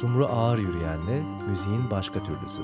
Sumru Ağır Yürüyen'le müziğin başka türlüsü.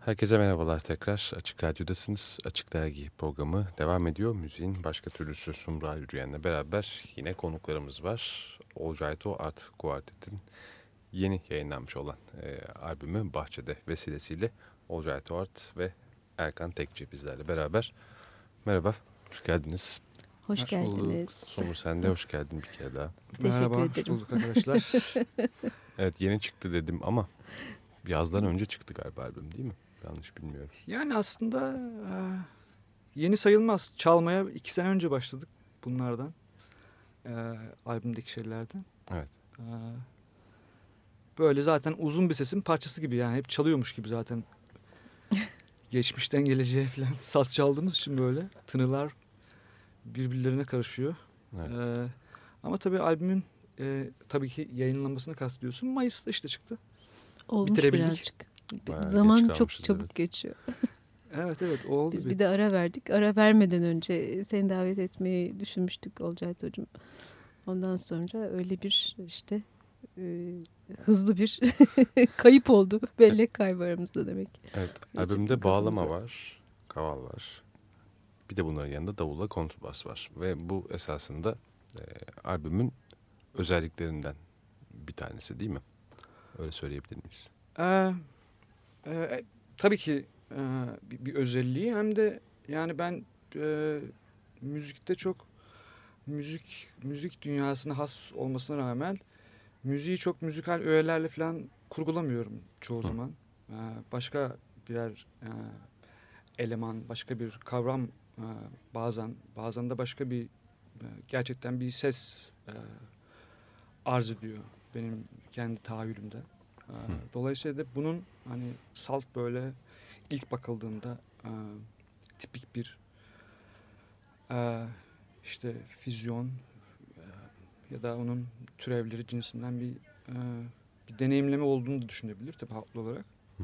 Herkese merhabalar tekrar. Açık Radyo'dasınız. Açık Dergi programı devam ediyor. Müziğin başka türlüsü Sumra Yürüyen'le beraber yine konuklarımız var. Olcayto Art Quartet'in yeni yayınlanmış olan albümü Bahçede vesilesiyle Olcayto Art ve Erkan Tekçi bizlerle beraber. Merhaba, hoş geldiniz. Hoş geldiniz. Sumru sen de hoş geldin bir kere daha. Merhaba, hoş bulduk arkadaşlar. Evet, yeni çıktı dedim ama yazdan önce çıktı galiba albüm, değil mi? Yanlış bilmiyorum. Yani aslında yeni sayılmaz. Çalmaya 2 sene önce başladık bunlardan. Albümdeki şeylerden. Evet. Böyle zaten uzun bir sesin parçası gibi, yani hep çalıyormuş gibi zaten. Geçmişten geleceğe falan saz çaldığımız için böyle tınılar birbirlerine karışıyor. Evet. Ama tabii albümün tabii ki yayınlanmasını kastediyorsun. Mayıs'ta işte çıktı. Olmuş Bitirebildik. birazcık. Bayağı Zaman geç çok kalmışız, çabuk evet. geçiyor. Evet oldu. Biz bir de ara verdik. Ara vermeden önce seni davet etmeyi düşünmüştük Olcayto'cum. Ondan sonra öyle bir işte hızlı bir kayıp oldu. Bellek kaybı aramızda demek. Evet, Geçip albümde bağlama kafamıza. var, kaval var. Bir de bunların yanında davulla kontrbas var. Ve bu esasında albümün özelliklerinden bir tanesi, değil mi? Öyle söyleyebilir miyiz? Tabii ki bir özelliği, hem de yani ben müzikte çok müzik dünyasına has olmasına rağmen müziği çok müzikal öğelerle falan kurgulamıyorum çoğu zaman. Başka birer eleman, başka bir kavram, bazen de başka bir gerçekten bir ses arz ediyor benim kendi tahayyülümde. Dolayısıyla da bunun hani salt böyle ilk bakıldığında tipik bir işte füzyon ya da onun türevleri cinsinden bir deneyimleme olduğunu da düşünebilir tabii haklı olarak.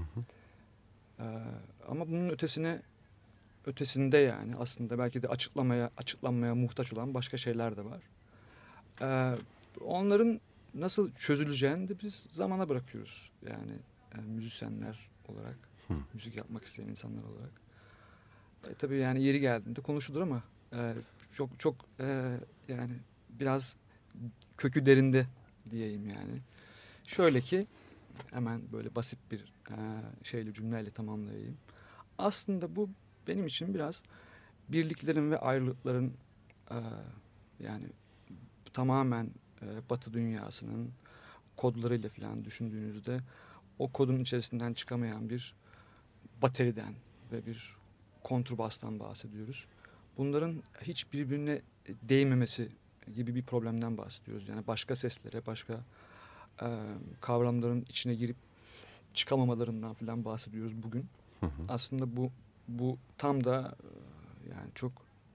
Ama bunun ötesinde yani aslında belki de açıklanmaya muhtaç olan başka şeyler de var. Onların nasıl çözüleceğini de biz zamana bırakıyoruz. Yani müzisyenler olarak, müzik yapmak isteyen insanlar olarak. Tabii yani yeri geldiğinde konuşulur ama çok yani biraz kökü derinde diyeyim yani. Şöyle ki hemen böyle basit bir cümleyle tamamlayayım. Aslında bu benim için biraz birliklerin ve ayrılıkların yani tamamen Batı dünyasının kodlarıyla falan düşündüğünüzde o kodun içerisinden çıkamayan bir bateriden ve bir kontrbastan bahsediyoruz. Bunların hiç birbirine değmemesi gibi bir problemden bahsediyoruz. Yani başka seslere, başka kavramların içine girip çıkamamalarından falan bahsediyoruz bugün. Aslında bu tam da yani çok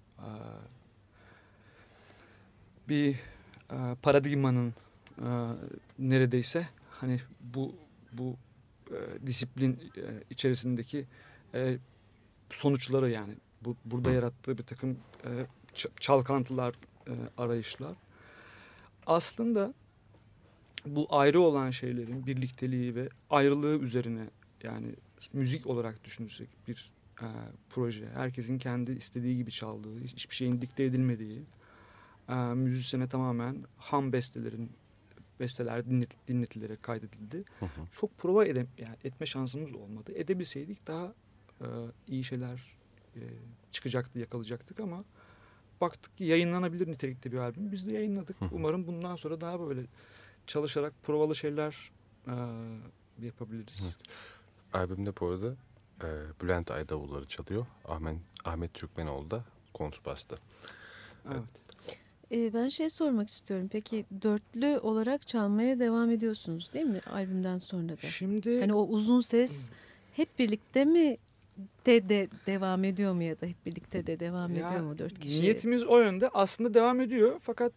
bir paradigmanın neredeyse hani bu disiplin içerisindeki sonuçları, yani burada yarattığı bir takım çalkantılar, arayışlar. Aslında bu ayrı olan şeylerin birlikteliği ve ayrılığı üzerine, yani müzik olarak düşünürsek bir proje, herkesin kendi istediği gibi çaldığı, hiçbir şeyin dikte edilmediği, müzisyene tamamen ham besteler dinletilerek kaydedildi. Çok prova etme şansımız olmadı. Edebilseydik daha iyi şeyler çıkacaktı, yakalayacaktık ama baktık ki yayınlanabilir nitelikte bir albüm. Biz de yayınladık. Umarım bundan sonra daha böyle çalışarak provalı şeyler yapabiliriz. Evet. Albümde bu arada Bülent Ay davulları çalıyor. Ahmet Türkmenoğlu da kontrbasta. Evet. Ben sormak istiyorum. Peki dörtlü olarak çalmaya devam ediyorsunuz değil mi albümden sonra da? Şimdi hani o uzun ses hep birlikte mi de devam ediyor mu, ya da hep birlikte de devam ediyor mu 4 kişi? Niyetimiz o yönde. Aslında devam ediyor fakat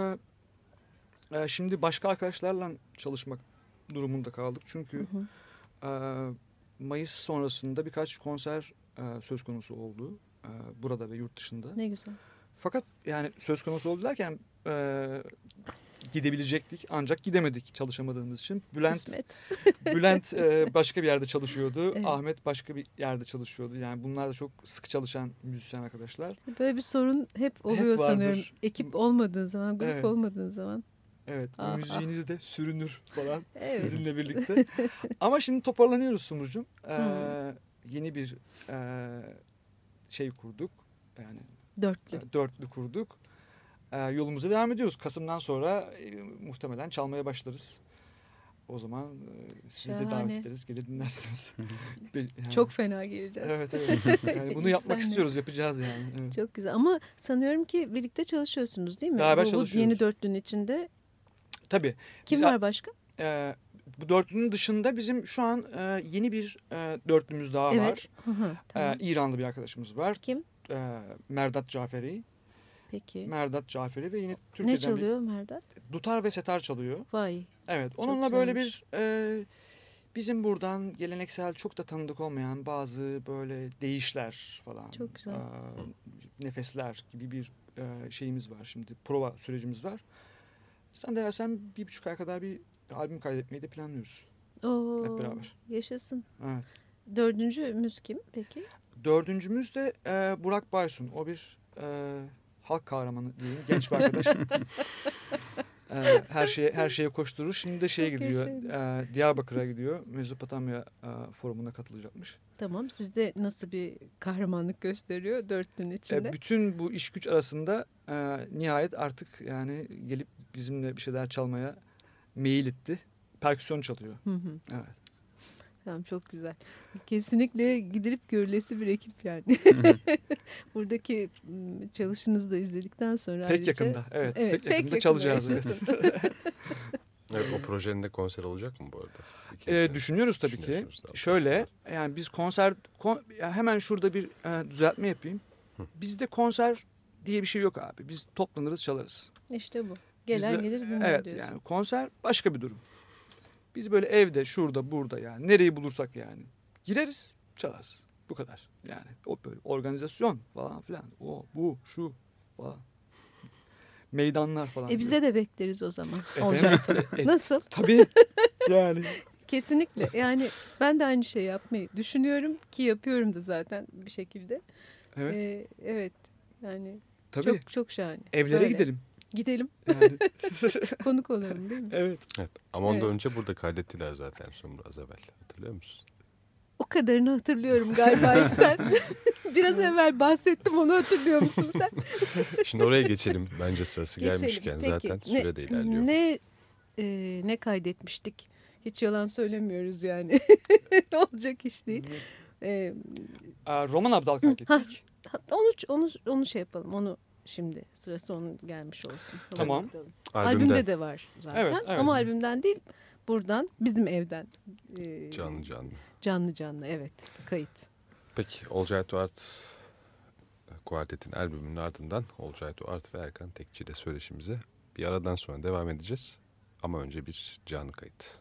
şimdi başka arkadaşlarla çalışmak durumunda kaldık. Çünkü Mayıs sonrasında birkaç konser söz konusu oldu. Burada ve yurt dışında. Ne güzel. Fakat yani söz konusu oldu derken gidebilecektik ancak gidemedik çalışamadığımız için. Kısmet. Bülent başka bir yerde çalışıyordu. Evet. Ahmet başka bir yerde çalışıyordu. Yani bunlar da çok sıkı çalışan müzisyen arkadaşlar. Böyle bir sorun hep oluyor Hep vardır. sanıyorum. Ekip olmadığın zaman, grup Evet. olmadığın zaman. Evet, Ah, müziğiniz de sürünür falan Evet. sizinle birlikte. Ama şimdi toparlanıyoruz Sumrucuğum. Hmm. Yeni bir şey kurduk. Yani Dörtlü. dörtlü kurduk. Yolumuza devam ediyoruz. Kasım'dan sonra muhtemelen çalmaya başlarız. O zaman sizi de davet Şahane. ederiz. Gelir dinlersiniz. Yani, Çok fena geleceğiz. Evet evet. Yani bunu İlk yapmak senle. istiyoruz. Yapacağız yani. Evet. Çok güzel ama sanıyorum ki birlikte çalışıyorsunuz değil mi? Beraber Bu çalışıyoruz. yeni dörtlünün içinde. Tabii. Kim Biz- var başka? Bu dörtlünün dışında bizim şu an yeni bir dörtlümüz daha var. Evet. Hı hı, tamam. İranlı bir arkadaşımız var. Kim? Merdat Caferi. Peki. Merdat Caferi ve yine Ne Türkiye'den çalıyor Merdat? dutar ve setar çalıyor. Vay. Evet. Onunla böyle güzelmiş. bir bizim buradan geleneksel çok da tanıdık olmayan bazı böyle deyişler falan. Çok güzel. Nefesler gibi bir şeyimiz var şimdi. Prova sürecimiz var. Sen de versen 1,5 ay kadar bir albüm kaydetmeyi de planlıyoruz. Oo, Hep beraber. Yaşasın. Evet. Dördüncümüz kim peki? Dördüncümüz de Burak Baysun. O bir halk kahramanı diyeyim. Genç bir arkadaş. Her şeye koşturur. Şimdi de şeye Çok gidiyor. yaşayın. Diyarbakır'a gidiyor. Mezopotamya forumuna katılacakmış. Tamam, sizde nasıl bir kahramanlık gösteriyor dörtlünün içinde? Bütün bu iş güç arasında nihayet artık yani gelip bizimle bir şeyler çalmaya meyil etti. Perküsyon çalıyor. Hı hı. Evet. Tamam, çok güzel. Kesinlikle gidilip görülesi bir ekip yani. Buradaki çalışınızı da izledikten sonra Pek ayrıca... yakında. Evet. Evet, Pek pek yakında yakında çalacağız. Evet. yaşasın. Evet, o projenin de konser olacak mı bu arada? İkinci Düşünüyoruz tabii ki. düşünüyorsunuz daha Şöyle fazla. yani biz ya hemen şurada bir düzeltme yapayım. Bizde konser diye bir şey yok abi. Biz toplanırız çalarız. İşte bu. Gelen Bizde- gelir dinler Evet diyorsun. yani konser başka bir durum. Biz böyle evde şurada burada yani nereyi bulursak yani gireriz çalarız. Bu kadar. Yani o böyle organizasyon falan filan. O bu şu falan. Meydanlar falan. Bize de bekleriz o zaman. Efendim? Olacak. Nasıl? Tabii yani. Kesinlikle. Yani ben de aynı şeyi yapmayı düşünüyorum ki yapıyorum da zaten bir şekilde. Evet. Evet. Yani Tabii. çok çok şahane. Evlere Böyle. gidelim. Gidelim. Yani. Konuk olalım değil mi? Evet. Evet, ama ondan Evet. önce burada kaydettiler zaten son biraz evvel. Hatırlıyor musun? O kadarını hatırlıyorum galiba sen. Biraz evvel bahsettim, onu hatırlıyor musun sen? Şimdi oraya geçelim. Bence sırası Geçelim. gelmişken Peki. zaten süre de ilerliyor. Ne kaydetmiştik? Hiç yalan söylemiyoruz yani. Olacak iş değil. Roman Abdal kaydettik. Onu şey yapalım. Onu şimdi sırası onun gelmiş olsun. Tamam. Albümde de var zaten. Evet, evet. Ama albümden değil, buradan bizim evden. Canlı. Canlı evet, kayıt. Peki Olcay Tuart Kuartet'in albümünün ardından Olcay Tuart ve Erkan Tekçi ile söyleşimize bir aradan sonra devam edeceğiz. Ama önce bir canlı kayıt.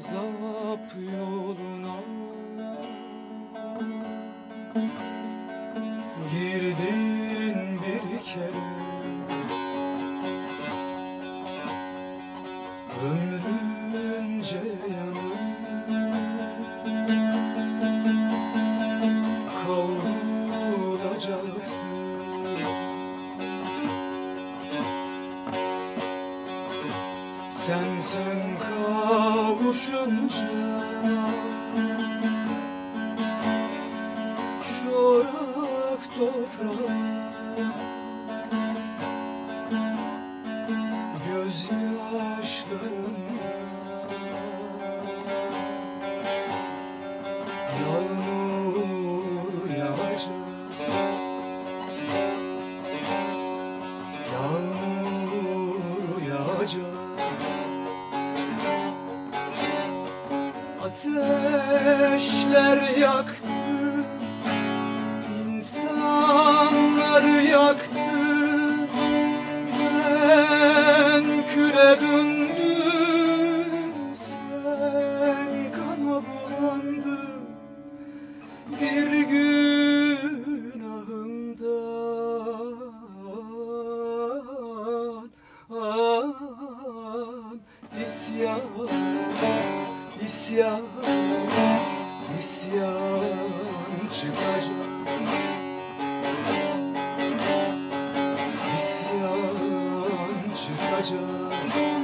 azap yoluna girdin bir kere, ömrünce yanıp kavrulacaksın. Sen kavuşunca çorak toprağa gözyaşlarına yağmur yağacak, yağmur yağacak. Ateşler yaktı, insanları yaktı. Ben küle döndüm, sen kana bulandın. Bir günahımdan isyan, İsyan, isyan çıkacak, isyan çıkacak.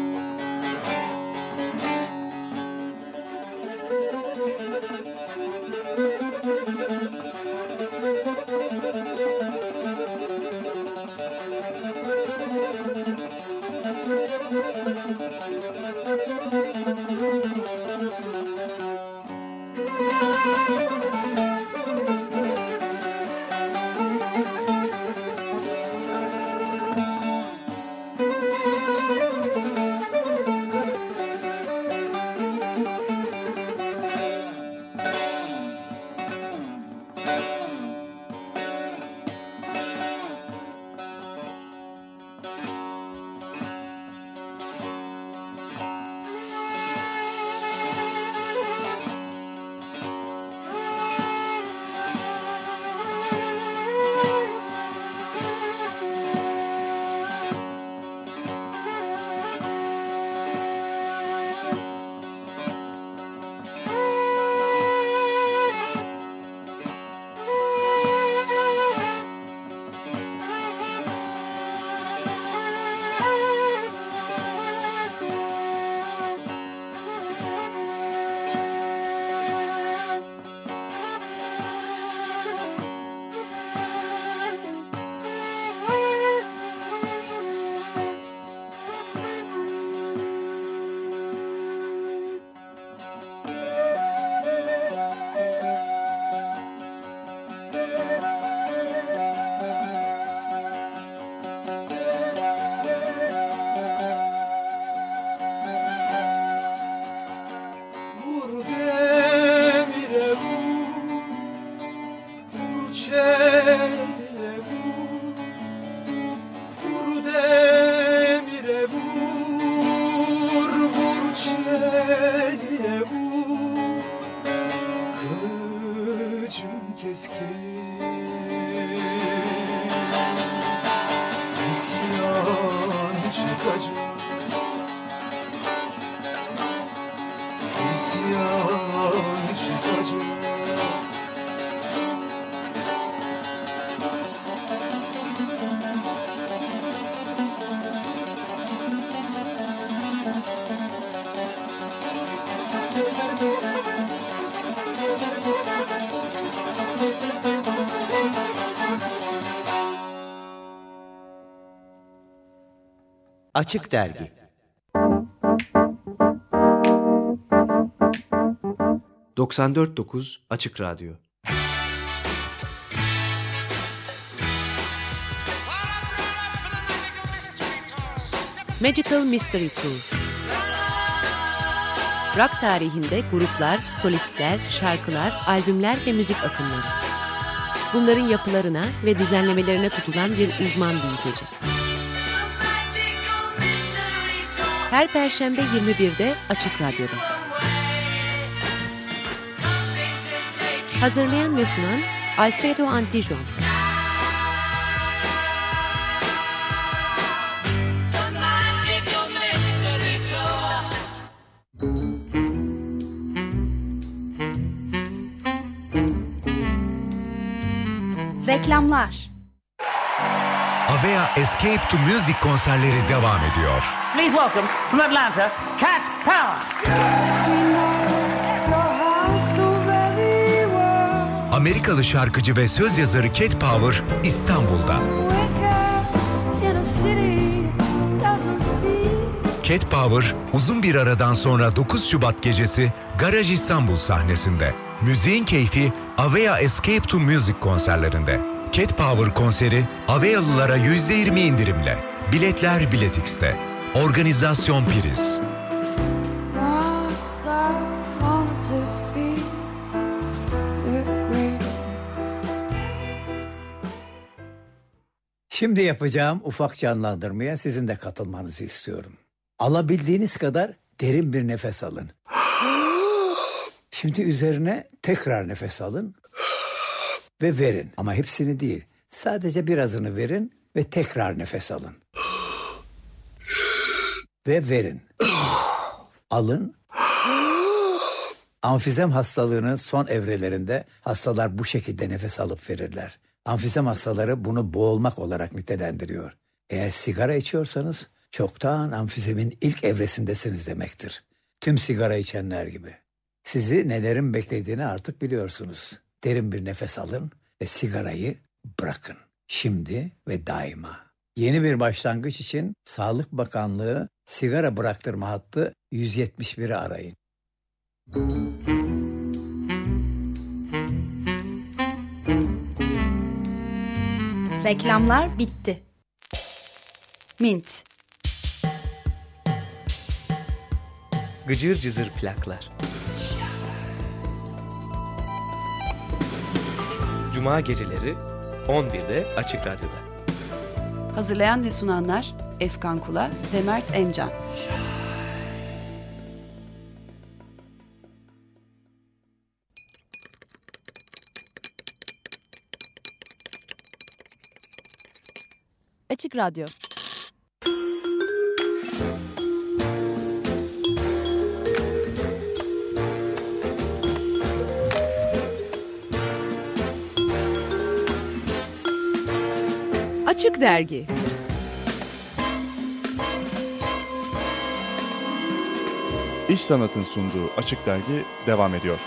Açık Dergi 94.9 Açık Radyo. Magical Mystery Tour. Rock tarihinde gruplar, solistler, şarkılar, albümler ve müzik akımları. Bunların yapılarına ve düzenlemelerine tutulan bir uzman büyüteci. Her Perşembe 21'de Açık Radyo'da. Hazırlayan ve sunan Alfredo Antijon. Reklamlar. Avea Escape to Music konserleri devam ediyor. Please welcome from Atlanta, Cat Power. Amerikalı şarkıcı ve söz yazarı Cat Power İstanbul'da. Cat Power uzun bir aradan sonra 9 Şubat gecesi Garaj İstanbul sahnesinde. Müziğin keyfi Avea Escape to Music konserlerinde. Cat Power konseri Avealılara %20 indirimle. Biletler Biletix'te. Organizasyon Priz. Şimdi yapacağım ufak canlandırmaya sizin de katılmanızı istiyorum. Alabildiğiniz kadar derin bir nefes alın. Şimdi üzerine tekrar nefes alın ve verin. Ama hepsini değil, sadece birazını verin ve tekrar nefes alın. Ve verin. Alın. Amfizem hastalığının son evrelerinde hastalar bu şekilde nefes alıp verirler. Amfizem hastaları bunu boğulmak olarak nitelendiriyor. Eğer sigara içiyorsanız çoktan amfizemin ilk evresindesiniz demektir. Tüm sigara içenler gibi. Sizi nelerin beklediğini artık biliyorsunuz. Derin bir nefes alın ve sigarayı bırakın. Şimdi ve daima. Yeni bir başlangıç için Sağlık Bakanlığı sigara bıraktırma hattı 171'i arayın. Reklamlar bitti. Mint. Gıcır cızır plaklar. Cuma geceleri 11'de Açık Radyo'da. Hazırlayan ve sunanlar Efkan Kula ve Mert Emcan. Açık Radyo. Açık Dergi. İş Sanat'ın sunduğu Açık Dergi devam ediyor.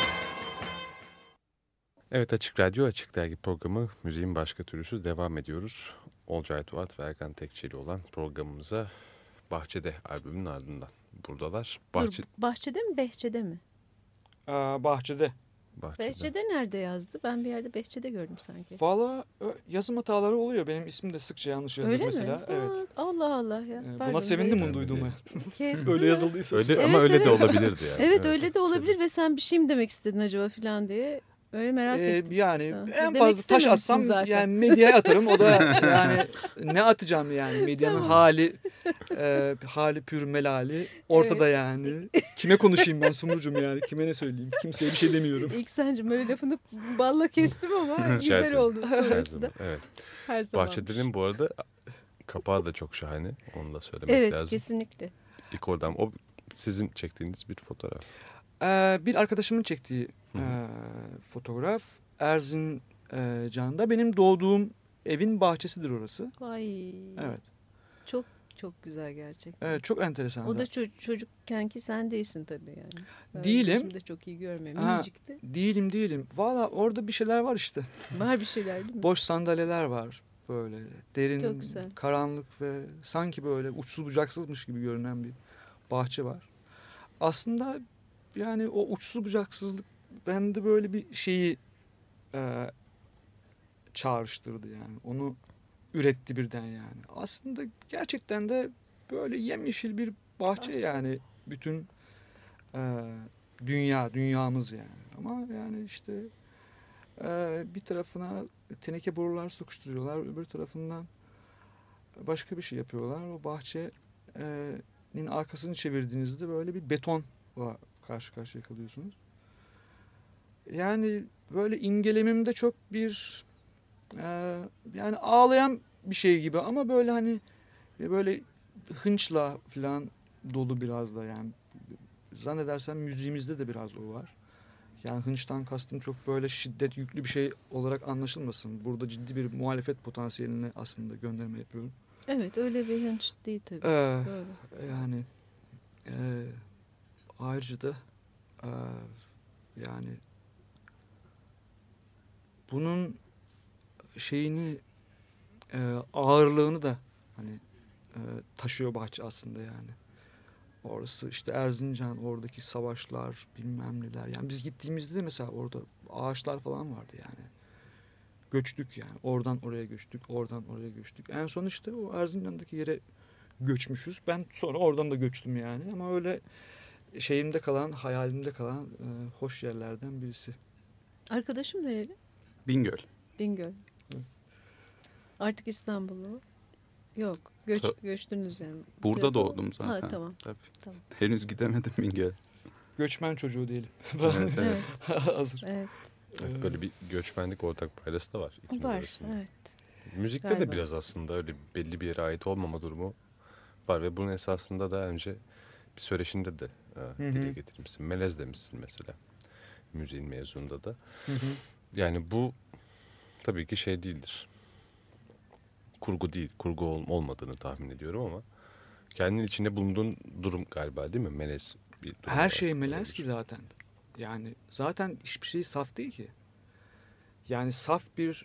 Evet, Açık Radyo, Açık Dergi programı Müziğin Başka Türlüsü devam ediyoruz. Olcay Tuğat ve Erkan Tekçeli olan programımıza Bahçede albümünün ardından buradalar. Bahçede mi, Behçede mi? Bahçede. Behçede nerede yazdı? Ben bir yerde Behçede gördüm sanki. Valla yazım hataları oluyor. Benim ismim de sıkça yanlış yazılır öyle mesela. Mi? Evet. Allah Allah ya. Buna sevindim bunu duyduğuma. Öyle yazıldıysa. Öyle, evet, ama öyle evet. de olabilirdi yani. Evet, öyle de olabilir ve sen bir şey mi demek istedin acaba falan diye. Öyle merak ettim. Yani ha. en Demek fazla taş atsam zaten. yani medyaya atarım. O da yani ne atacağım yani medyanın Tamam. hali pür melali ortada evet. Yani. Kime konuşayım ben Sumrucuğum yani kime ne söyleyeyim kimseye bir şey demiyorum. İlk sence böyle lafını balla kestim ama güzel oldu sonrası da. Evet. Her zaman. Bahçede'nin bu arada kapağı da çok şahane, onu da söylemek lazım. Evet, kesinlikle. İlk oradan o sizin çektiğiniz bir fotoğraf. Bir arkadaşımın çektiği fotoğraf. Erzincan'da benim doğduğum evin bahçesidir orası. Vay. Evet. Çok güzel gerçekten. Evet, çok enteresan. O da çocukkenki sen değilsin tabii yani. Değilim. Şimdi çok iyi görmüyorum. Minicikti. Değilim. Valla orada bir şeyler var işte. Var bir şeyler değil mi? Boş sandalyeler var. Böyle derin, karanlık ve sanki böyle uçsuz bucaksızmış gibi görünen bir bahçe var. Aslında yani o uçsuz bucaksızlık bende böyle bir şeyi çağrıştırdı yani. Onu üretti birden yani. Aslında gerçekten de böyle yemyeşil bir bahçe yani bütün dünyamız yani. Ama yani işte bir tarafına teneke borular sokuşturuyorlar, öbür tarafından başka bir şey yapıyorlar. O bahçenin arkasını çevirdiğinizde böyle bir betonla karşı karşıya kalıyorsunuz. yani böyle imgelemimde çok bir yani ağlayan bir şey gibi ama böyle hani böyle hınçla falan dolu biraz da yani. Zannedersem müziğimizde de biraz o var. Yani hınçtan kastım çok böyle şiddet yüklü bir şey olarak anlaşılmasın. Burada ciddi bir muhalefet potansiyeline aslında gönderme yapıyorum. Evet, öyle bir hınç değil tabii. Doğru. Yani ayrıca da yani bunun şeyini ağırlığını da hani taşıyor bahçe aslında yani. Orası işte Erzincan, oradaki savaşlar, bilmem neler. Yani biz gittiğimizde de mesela orada ağaçlar falan vardı yani. Göçtük yani. Oradan oraya göçtük, oradan oraya göçtük. En son işte o Erzincan'daki yere göçmüşüz. Ben sonra oradan da göçtüm yani. Ama öyle şeyimde kalan, hayalimde kalan hoş yerlerden birisi. Arkadaşım nereli? Bingöl. Bingöl. Artık İstanbul'da mı? Yok. Göçtünüz yani. Burada doğdum zaten. Ha, tamam. Tabii. Tamam. Henüz gidemedim Bingöl. Göçmen çocuğu diyelim. Evet. Hazır. Evet. Evet, böyle bir göçmenlik ortak paydası da var. Var, arasında. evet. Müzikte Galiba. de biraz aslında öyle belli bir yere ait olmama durumu var ve bunun esasında daha önce bir söyleşinde de dile getirmişsin. Melez demişsin mesela. Müziğin mezununda da. Yani bu tabii ki şey değildir. Kurgu değil, kurgu olmadığını tahmin ediyorum ama kendin içinde bulunduğun durum galiba değil mi? Melez bir durum. Her şey melez ki zaten. Yani zaten hiçbir şey saf değil ki. Yani saf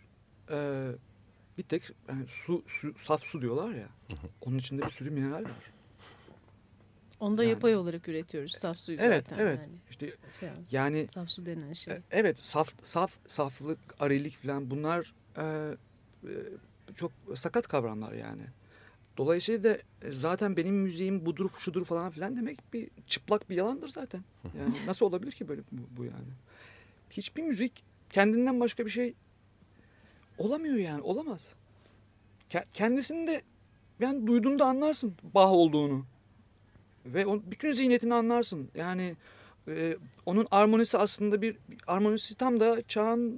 bir tek yani saf su diyorlar ya. Onun içinde bir sürü mineral var. Onu da yani, yapay olarak üretiyoruz. Saf suyu evet, zaten. Evet. Yani. İşte yani saf su denen şey. Evet, saflık, arilik falan bunlar çok sakat kavramlar yani. Dolayısıyla da zaten benim müziğim budur, şudur falan filan demek bir çıplak bir yalandır zaten. Yani nasıl olabilir ki böyle bu yani? Hiçbir müzik kendinden başka bir şey olamıyor yani, olamaz. Kendisini de yani duyduğunda anlarsın Bach olduğunu. Ve bütün zihniyetini anlarsın. Yani onun armonisi aslında bir armonisi tam da çağın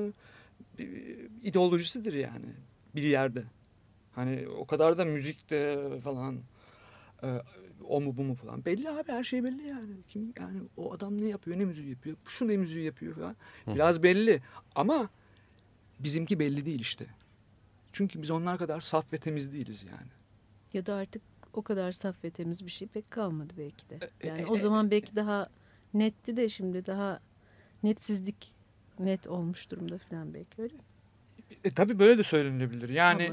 ideolojisidir yani bir yerde. Hani o kadar da müzikte falan o mu bu mu falan. Belli abi, her şey belli yani. Kim yani o adam ne yapıyor, ne müziği yapıyor, şu ne müziği yapıyor falan. Biraz belli ama bizimki belli değil işte. Çünkü biz onlar kadar saf ve temiz değiliz yani. Ya da artık o kadar saf ve temiz bir şey pek kalmadı belki de. Yani o zaman belki daha netti de şimdi daha net olmuş durumda falan belki, öyle mi? Tabii böyle de söylenebilir. Yani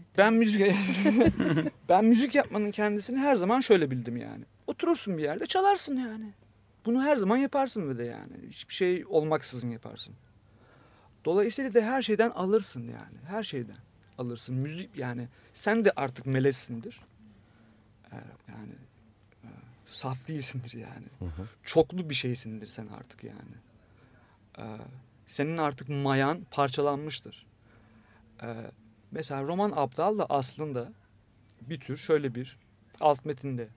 ben müzik yapmanın kendisini her zaman şöyle bildim yani. Oturursun bir yerde çalarsın yani. Bunu her zaman yaparsın ve de yani. Hiçbir şey olmaksızın yaparsın. Dolayısıyla da her şeyden alırsın yani. Her şeyden alırsın. Müzik yani sen de artık melezsindir. Yani saf değilsindir yani. Çoklu bir şeysindir sen artık yani. Senin artık mayan parçalanmıştır. Mesela Roman Abdal da aslında bir tür şöyle bir alt metinde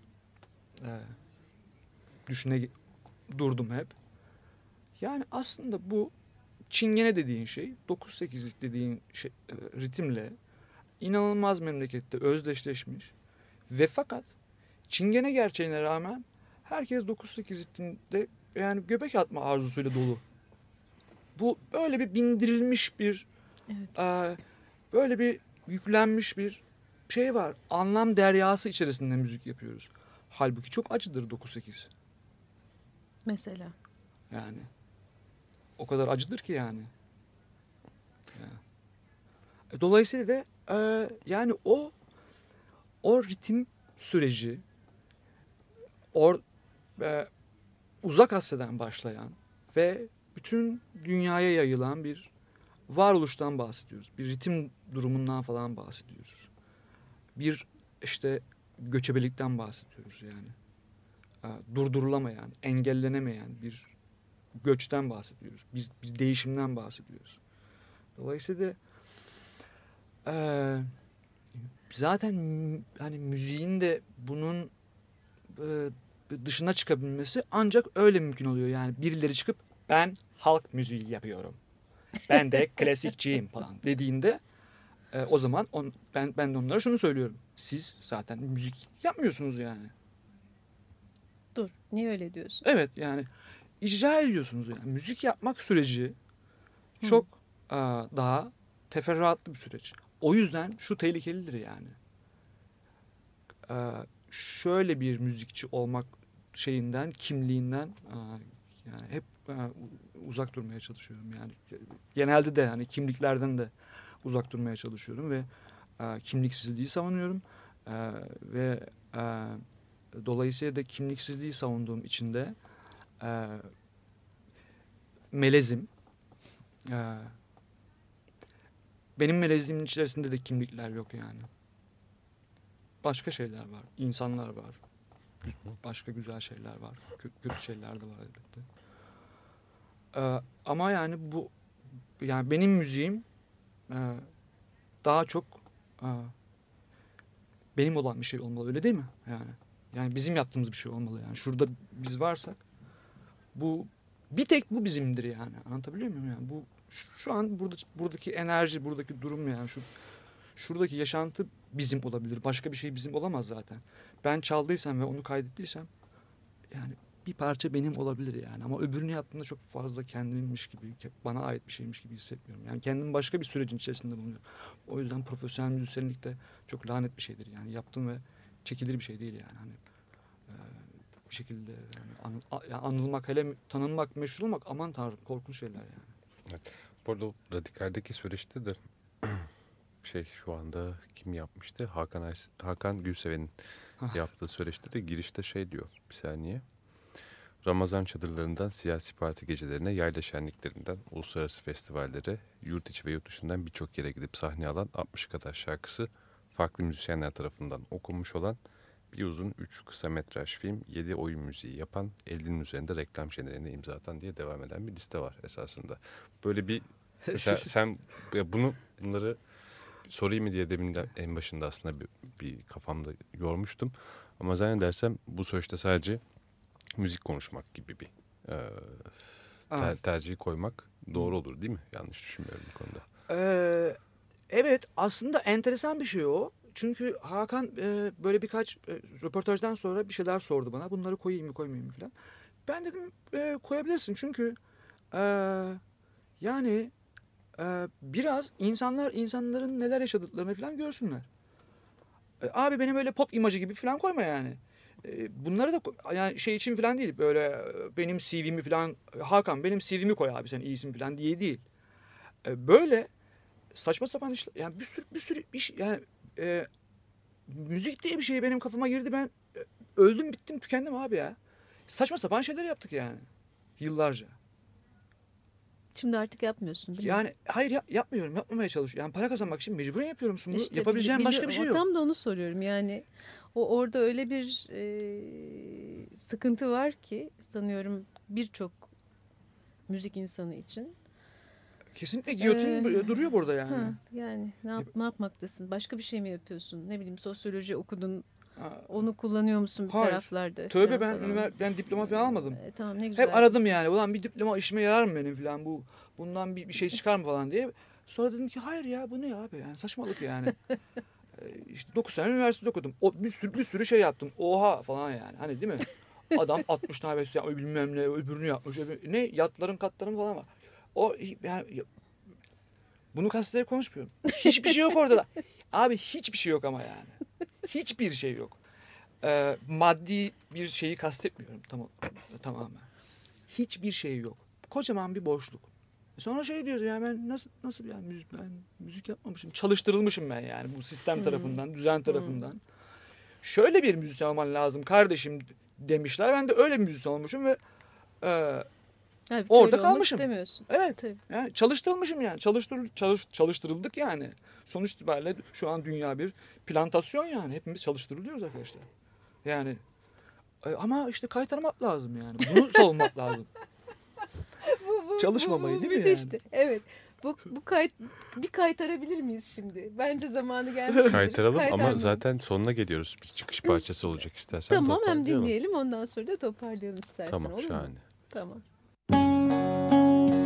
durdum hep. Yani aslında bu çingene dediğin şey, 9-8'lik dediğin şey, ritimle inanılmaz memlekette özdeşleşmiş ve fakat çingene gerçeğine rağmen herkes 9-8 ritminde yani göbek atma arzusuyla dolu. Bu böyle bir bindirilmiş bir böyle bir yüklenmiş bir şey var. Anlam deryası içerisinde müzik yapıyoruz. Halbuki çok acıdır 9-8. Mesela. Yani. O kadar acıdır ki yani. Dolayısıyla da yani o ritim süreci Uzak Asya'dan başlayan ve bütün dünyaya yayılan bir varoluştan bahsediyoruz. Bir ritim durumundan falan bahsediyoruz. Bir işte göçebelikten bahsediyoruz yani. Durdurulamayan, engellenemeyen bir göçten bahsediyoruz. Bir değişimden bahsediyoruz. Dolayısıyla zaten hani müziğin de bunun dışına çıkabilmesi ancak öyle mümkün oluyor. Yani birileri çıkıp ben halk müziği yapıyorum. Ben de klasikçiyim falan dediğinde o zaman ben de onlara şunu söylüyorum. Siz zaten müzik yapmıyorsunuz yani. Dur, niye öyle diyorsun? Evet, yani icra ediyorsunuz yani. Müzik yapmak süreci çok daha teferruatlı bir süreç. O yüzden şu tehlikelidir yani. Şöyle bir müzikçi olmak şeyinden, kimliğinden yani hep uzak durmaya çalışıyorum yani. Genelde de yani kimliklerden de uzak durmaya çalışıyorum ve kimliksizliği savunuyorum ve dolayısıyla da kimliksizliği savunduğum için de melezim. Benim melezliğimin içerisinde de kimlikler yok yani. Başka şeyler var, insanlar var. Başka güzel şeyler var, kötü şeyler de var elbette. Ama yani bu yani benim müziğim daha çok benim olan bir şey olmalı, öyle değil mi? Yani bizim yaptığımız bir şey olmalı yani. Şurada biz varsak bu bir tek bu bizimdir yani. Anlatabiliyor muyum yani? Bu şu an buradaki enerji, buradaki durum yani şuradaki yaşantı bizim olabilir. Başka bir şey bizim olamaz zaten. Ben çaldıysam ve onu kaydettiysem yani bir parça benim olabilir yani. Ama öbürünü yaptığımda çok fazla kendimmiş gibi, bana ait bir şeymiş gibi hissetmiyorum. Yani kendimi başka bir sürecin içerisinde bulunuyorum. O yüzden profesyonel müzisyenlik de çok lanet bir şeydir. Yani yaptığım ve çekilir bir şey değil yani. Hani bir şekilde yani anılmak, hele tanınmak, meşhur olmak aman tanrım korkunç şeyler yani. Evet. Bu arada o Radikal'deki süreçte de şu anda kim yapmıştı? Hakan Gülseven'in yaptığı süreçte de girişte diyor bir saniye. Ramazan çadırlarından siyasi parti gecelerine, yayla şenliklerinden uluslararası festivallere, yurt içi ve yurt dışından birçok yere gidip sahne alan 60 kadar şarkısı farklı müzisyenler tarafından okunmuş olan bir uzun 3 kısa metraj film, 7 oyun müziği yapan, 50'nin üzerinde reklam jenerine imza atan diye devam eden bir liste var esasında. Böyle bir sen bunları sorayım mı diye demin de en başında aslında bir kafamda yormuştum. Ama zannedersem bu süreçte sadece müzik konuşmak gibi bir tercihi koymak doğru olur değil mi? Yanlış düşünmüyorum bu konuda. Evet, aslında enteresan bir şey o. Çünkü Hakan böyle birkaç röportajdan sonra bir şeyler sordu bana. Bunları koyayım mı koymayayım mı falan. Ben dedim koyabilirsin çünkü yani biraz insanların neler yaşadıklarını falan görsünler. Abi benim öyle pop imajı gibi falan koyma yani. Bunları da yani şey için falan değil, böyle benim CV'mi falan, Hakan benim CV'mi koy abi sen iyisin falan diye değil. Böyle saçma sapan işler yani bir sürü iş yani müzik diye bir şey benim kafama girdi, ben öldüm bittim tükendim abi ya. Saçma sapan şeyler yaptık yani yıllarca. Şimdi artık yapmıyorsun değil mi? Yani hayır yapmıyorum, yapmamaya çalışıyorum. Yani para kazanmak için mecburen yapıyorum bunu. İşte, yapabileceğim başka bir şey yok. Tam da onu soruyorum yani. Orada öyle bir sıkıntı var ki sanıyorum birçok müzik insanı için. Kesinlikle giyotin duruyor burada yani. Yani ne yapmaktasın? Başka bir şey mi yapıyorsun? Ne bileyim sosyoloji okudun. Onu kullanıyor musun bir taraflarda? Tövbe ben diploma falan almadım. Tamam ne güzel. Hep aradım yani. Ulan bir diploma işime yarar mı benim falan, bundan bir şey çıkar mı falan diye. Sonra dedim ki hayır ya bu ne abi yani saçmalık yani. İşte 9 sene üniversite okudum. Bir sürü şey yaptım. Oha falan yani. Hani değil mi? Adam 60 tane yapmış bilmem ne öbürünü yapmış. Ne yatların katların falan var. O yani bunu kastetleri konuşmuyorum. Hiçbir şey yok orada da. Abi hiçbir şey yok ama yani. Hiçbir şey yok. Maddi bir şeyi kastetmiyorum tamamen. Hiçbir şey yok. Kocaman bir boşluk. Sonra diyoruz ya ben nasıl yani ben müzik yapmamışım. Çalıştırılmışım ben yani bu sistem tarafından, düzen tarafından. Şöyle bir müzisyen olman lazım kardeşim demişler. Ben de öyle bir müzisyen olmuşum ve orada kalmışım. Evet. Yani çalıştırılmışım yani. Çalıştırıldık yani. Sonuç itibariyle şu an dünya bir plantasyon yani. Hepimiz çalıştırılıyoruz arkadaşlar. Yani ama işte kaytarmak lazım yani. Bunu savunmak lazım. Çalışmamayı değil mi müthişti. Yani? Evet. Bu bir kaytarabilir miyiz şimdi? Bence zamanı gelmiş. Kaytaralım ama zaten sonuna geliyoruz. Bir çıkış parçası olacak istersen. Tamam hem dinleyelim ondan sonra da toparlayalım istersen. Tamam olur şahane. mu? Tamam.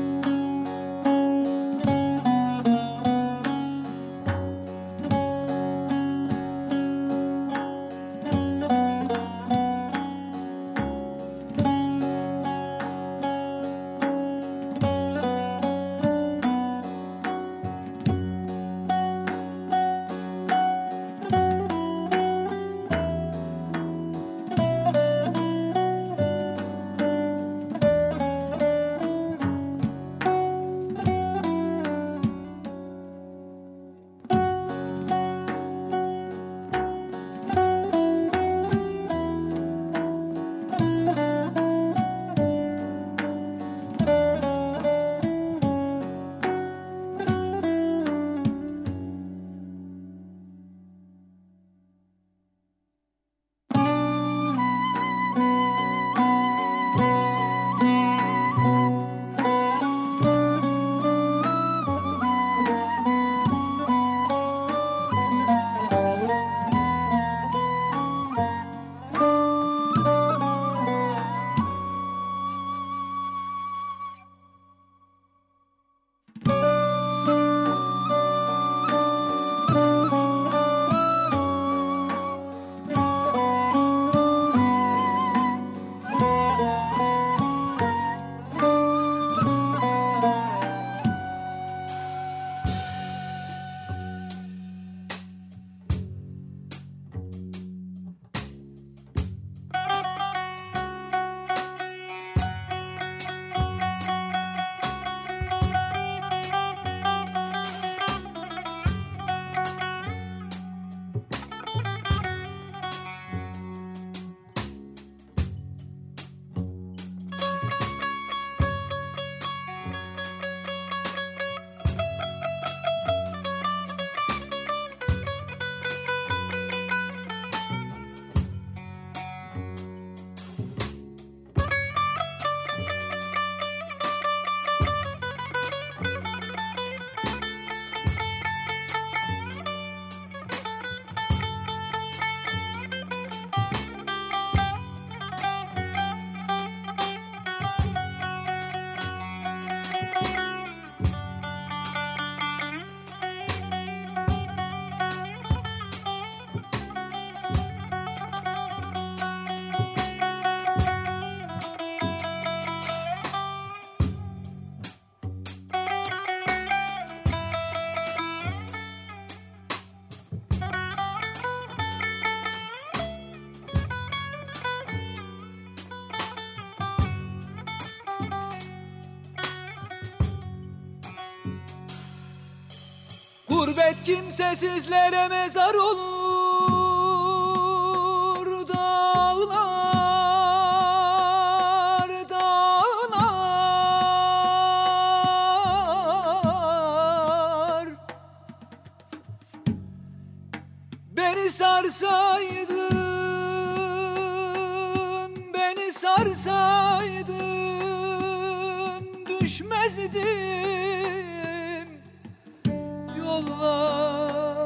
Gurbet kimsesizlere mezar olur. Dağlar, dağlar. Beni sarsaydın, beni sarsaydın, düşmezdim yollara.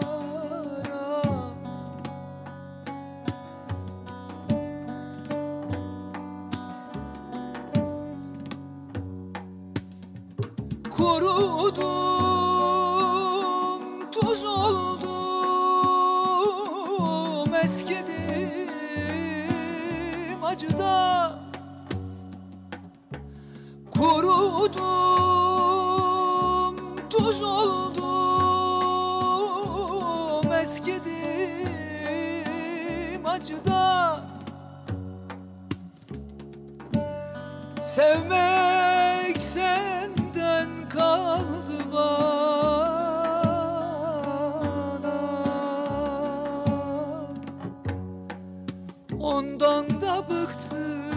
Kurudum, tuz oldum, eskidim acıda. Kurudum, tuz oldum, eskidim acıda. Sevmek senden kaldı bana. Ondan da bıktım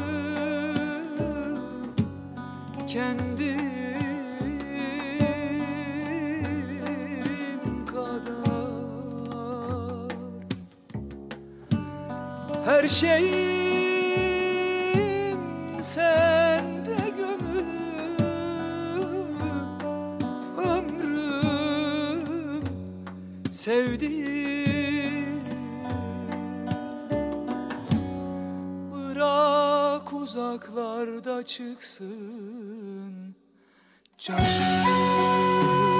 kendim kadar. Her şeyim sende gömülü, ömrüm sevdiğim. Bırak uzaklarda çıksın canım.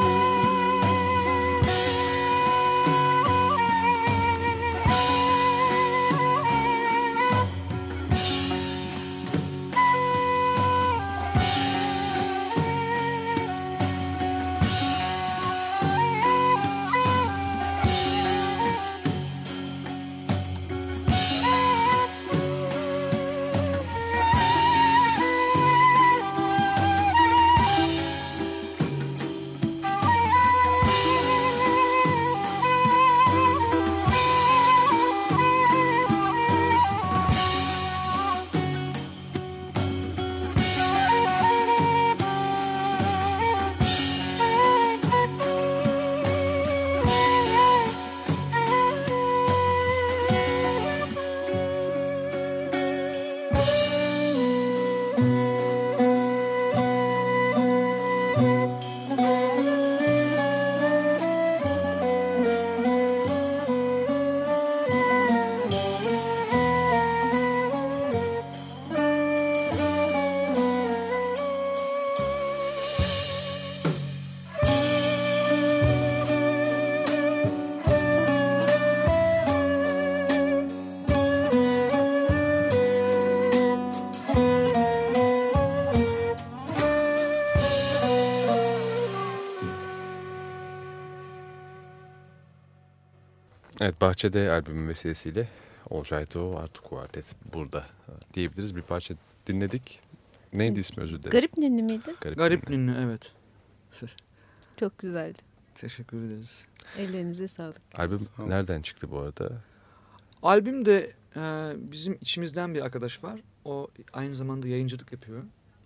Evet, Bahçede albümün vesilesiyle Olcayto Artı Kuartet burada diyebiliriz. Bir parça dinledik. Neydi ismi, özür dilerim? Garip Ninni miydi? Garip Ninni, evet. Çok güzeldi. Teşekkür ederiz. Ellerinize sağlık. Albüm nereden çıktı bu arada? Albüm de bizim içimizden bir arkadaş var. O aynı zamanda yayıncılık yapıyor.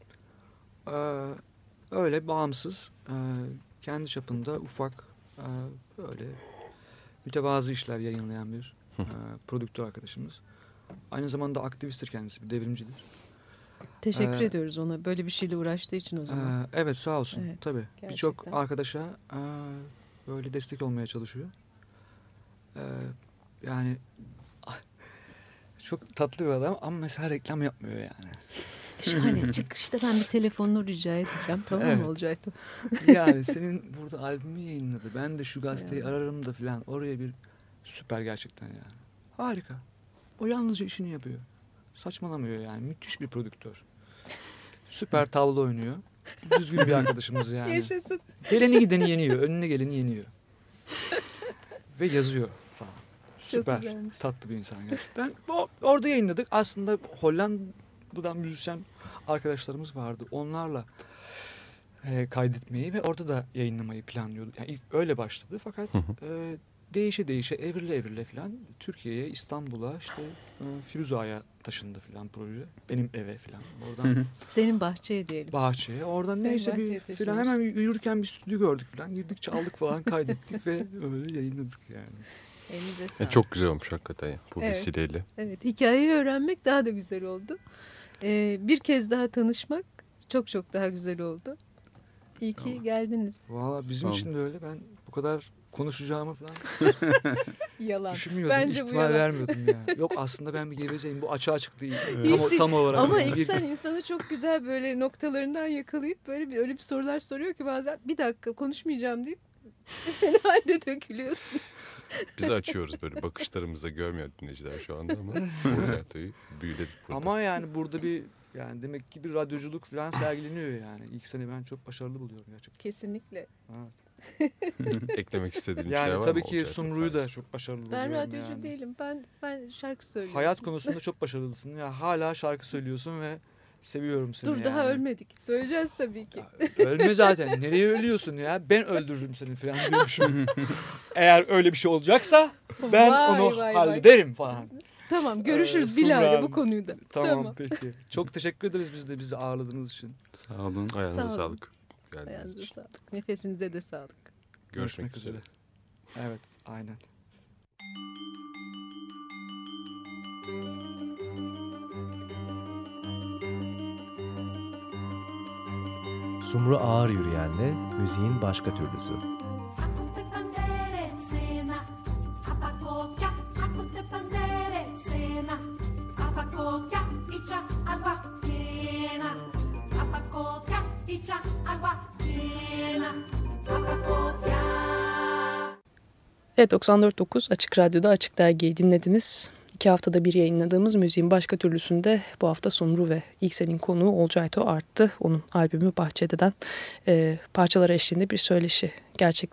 Öyle bağımsız, kendi çapında ufak, böyle mütevazı işler yayınlayan bir prodüktör arkadaşımız. Aynı zamanda aktivisttir kendisi, bir devrimcidir. Teşekkür ediyoruz ona böyle bir şeyle uğraştığı için o zaman. Evet, sağ olsun. Evet, tabii. Birçok arkadaşa böyle destek olmaya çalışıyor. Yani çok tatlı bir adam ama mesela reklam yapmıyor yani. Şahane. Çıkışta ben bir telefonunu rica edeceğim, tamam mı Olcayto? Yani senin burada albümü yayınladı. Ben de şu gazeteyi ararım da filan. Oraya bir süper gerçekten yani. Harika. O yalnızca işini yapıyor. Saçmalamıyor yani. Müthiş bir prodüktör. Süper tavla oynuyor. Düzgün bir arkadaşımız yani. Yaşasın. Geleni gideni yeniyor. Önüne geleni yeniyor. Ve yazıyor falan. Süper. Güzelmiş. Tatlı bir insan gerçekten. Orada yayınladık. Aslında Hollanda'dan müzisyen arkadaşlarımız vardı. Onlarla kaydetmeyi ve orada da yayınlamayı planlıyorduk. Yani ilk öyle başladı fakat değişe değişe evrile falan Türkiye'ye, İstanbul'a, işte Firuza'ya taşındı falan proje. Benim eve falan. Oradan senin bahçeye diyelim. Bahçeye. Oradan Senin neyse bahçeye bir falan hemen yürürken bir stüdyo gördük falan. Girdik, çaldık falan, kaydettik ve öyle yayınladık yani. Elinize sağlık. Çok güzel olmuş hakikaten bu evet, vesileyle. Evet, hikayeyi öğrenmek daha da güzel oldu. Bir kez daha tanışmak çok çok daha güzel oldu. İyi ki geldiniz. Valla bizim için de öyle. Ben bu kadar konuşacağımı falan yalan. düşünmüyordum. Bence ihtimal bu yalan. vermiyordum ya. Yok aslında ben bir gevezeyim. Bu açığa çıktı değil. Tam olarak. Ama İhsan insanı çok güzel böyle noktalarından yakalayıp böyle öyle bir sorular soruyor ki bazen bir dakika konuşmayacağım deyip halde dökülüyorsun. Biz açıyoruz böyle, bakışlarımızda görmüyor dinleyiciler şu anda ama tabii büyüledik burada. Ama yani burada bir yani demek ki bir radyoculuk falan sergileniyor yani. İlk sene ben çok başarılı buluyorum gerçekten. Kesinlikle. Evet. Eklemek istediğin yani şeyler var tabii mı? ki Sumru'yu da çok başarılı buluyorum. Ben radyocu yani. değilim. Ben şarkı söylüyorum. Hayat konusunda çok başarılısın. Ya hala şarkı söylüyorsun ve seviyorum seni. Dur daha ölmedik. Söyleyeceğiz tabii ki. Ya, ölme zaten. Nereye ölüyorsun ya? Ben öldürürüm seni falan diyormuşum. Eğer öyle bir şey olacaksa ben onu hallederim falan. Tamam, görüşürüz Bilal'le bu konuyu da. Tamam peki. Çok teşekkür ederiz bizi ağırladığınız için. Sağ olun. Ayağınıza sağlık. Ayağınıza sağlık. Nefesinize de sağlık. Görüşmek üzere. Evet, aynen. Sumru Ağır Yürüyen'le müziğin başka türlüsü. Evet, 94.9 Açık Radyo'da Açık Dergi'yi dinlediniz. 2 haftada bir yayınladığımız müziğin başka türlüsünde bu hafta Sumru ve İlksel'in konuğu Olcayto Art'tı. Onun albümü Bahçede'den parçalar eşliğinde bir söyleşi